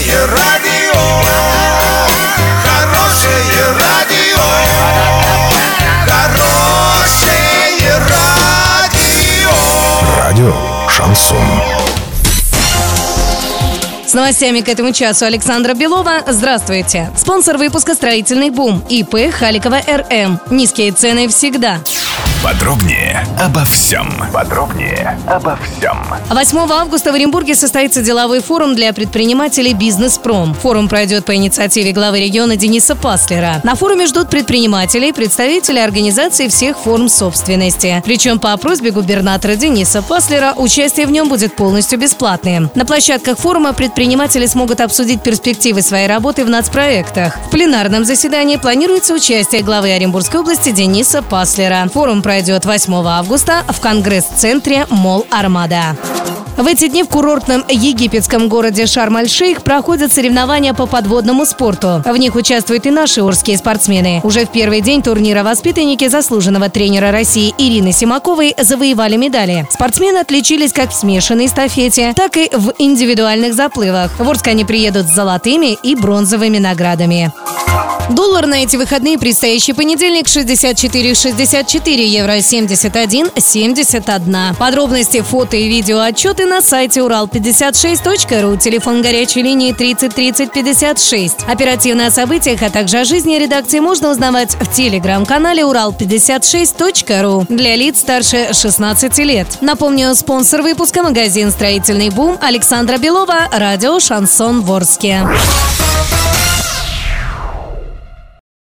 Хорошее радио, хорошее радио, хорошее радио. Радио «Шансон». С новостями к этому часу Александра Белова. Здравствуйте. Спонсор выпуска «Строительный бум» ИП Халикова РМ. Низкие цены всегда. Подробнее обо всем. 8 августа в Оренбурге состоится деловой форум для предпринимателей «Бизнес-Пром». Форум пройдет по инициативе главы региона Дениса Паслера. На форуме ждут предпринимателей, представителей организаций всех форм собственности. Причем по просьбе губернатора Дениса Паслера участие в нем будет полностью бесплатным. На площадках форума предприниматели смогут обсудить перспективы своей работы в нацпроектах. В пленарном заседании планируется участие главы Оренбургской области Дениса Паслера. Форум пройдет 8 августа в Конгресс-центре «Молл Армада». В эти дни в курортном египетском городе Шарм-эль-Шейх проходят соревнования по подводному спорту. В них участвуют и наши орские спортсмены. Уже в первый день турнира воспитанники заслуженного тренера России Ирины Симаковой завоевали медали. Спортсмены отличились как в смешанной эстафете, так и в индивидуальных заплывах. В Орск они приедут с золотыми и бронзовыми наградами. Доллар на эти выходные предстоящий понедельник 64,64, евро 71,71. Подробности, фото и видео отчеты на сайте урал56.ру, телефон горячей линии 30 30 56. Оперативно о событиях, а также о жизни редакции можно узнавать в телеграм-канале урал56.ру для лиц старше 16 лет. Напомню, спонсор выпуска — магазин «Строительный бум», Александра Белова, радио «Шансон» в Орске.